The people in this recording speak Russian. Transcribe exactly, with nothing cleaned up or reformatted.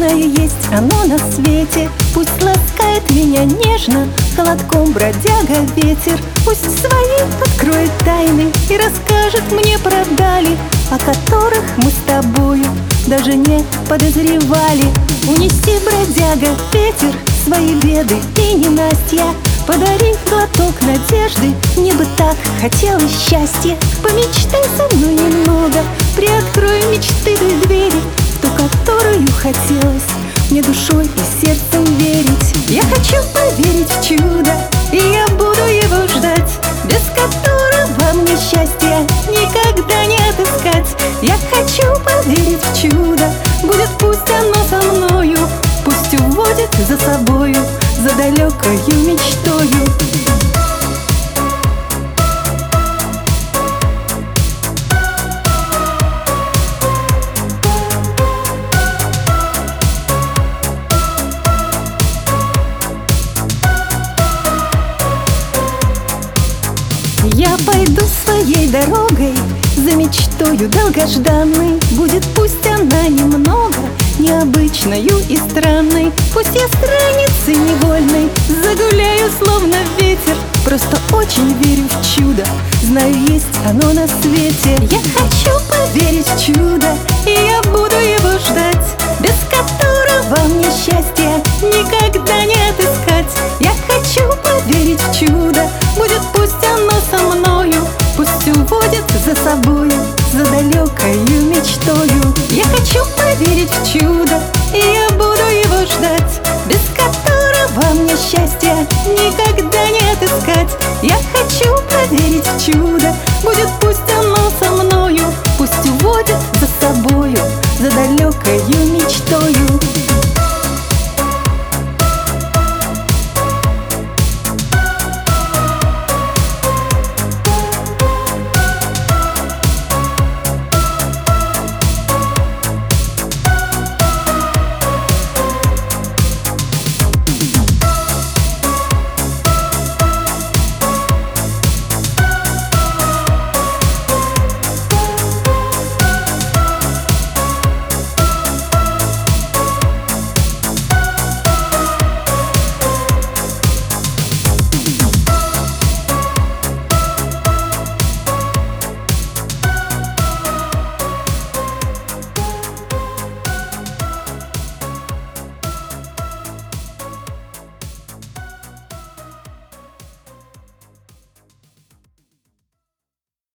Знаю, есть оно на свете. Пусть ласкает меня нежно холодком бродяга ветер. Пусть свои откроет тайны и расскажет мне про дали, о которых мы с тобою даже не подозревали. Унеси, бродяга ветер, свои беды и ненастья. Подари глоток надежды, мне бы так хотелось счастья. Помечтай со мной немного, приоткрой мечты той двери, в ту, которую хотелось мне душой и сердцем верить. Я хочу поверить в чудо, и я буду его ждать, без которого мне счастья никогда не отыскать. Я хочу поверить в чудо, будет пусть оно со мною, пусть уводит за собою, за далекою мечтою. Я пойду своей дорогой, за мечтою долгожданной. Будет пусть она немного необычною и странной. Пусть я страницей невольной загуляю, словно ветер. Просто очень верю в чудо, знаю, есть оно на свете. Я хочу поверить в чудо, и я буду его ждать, без которого мне счастья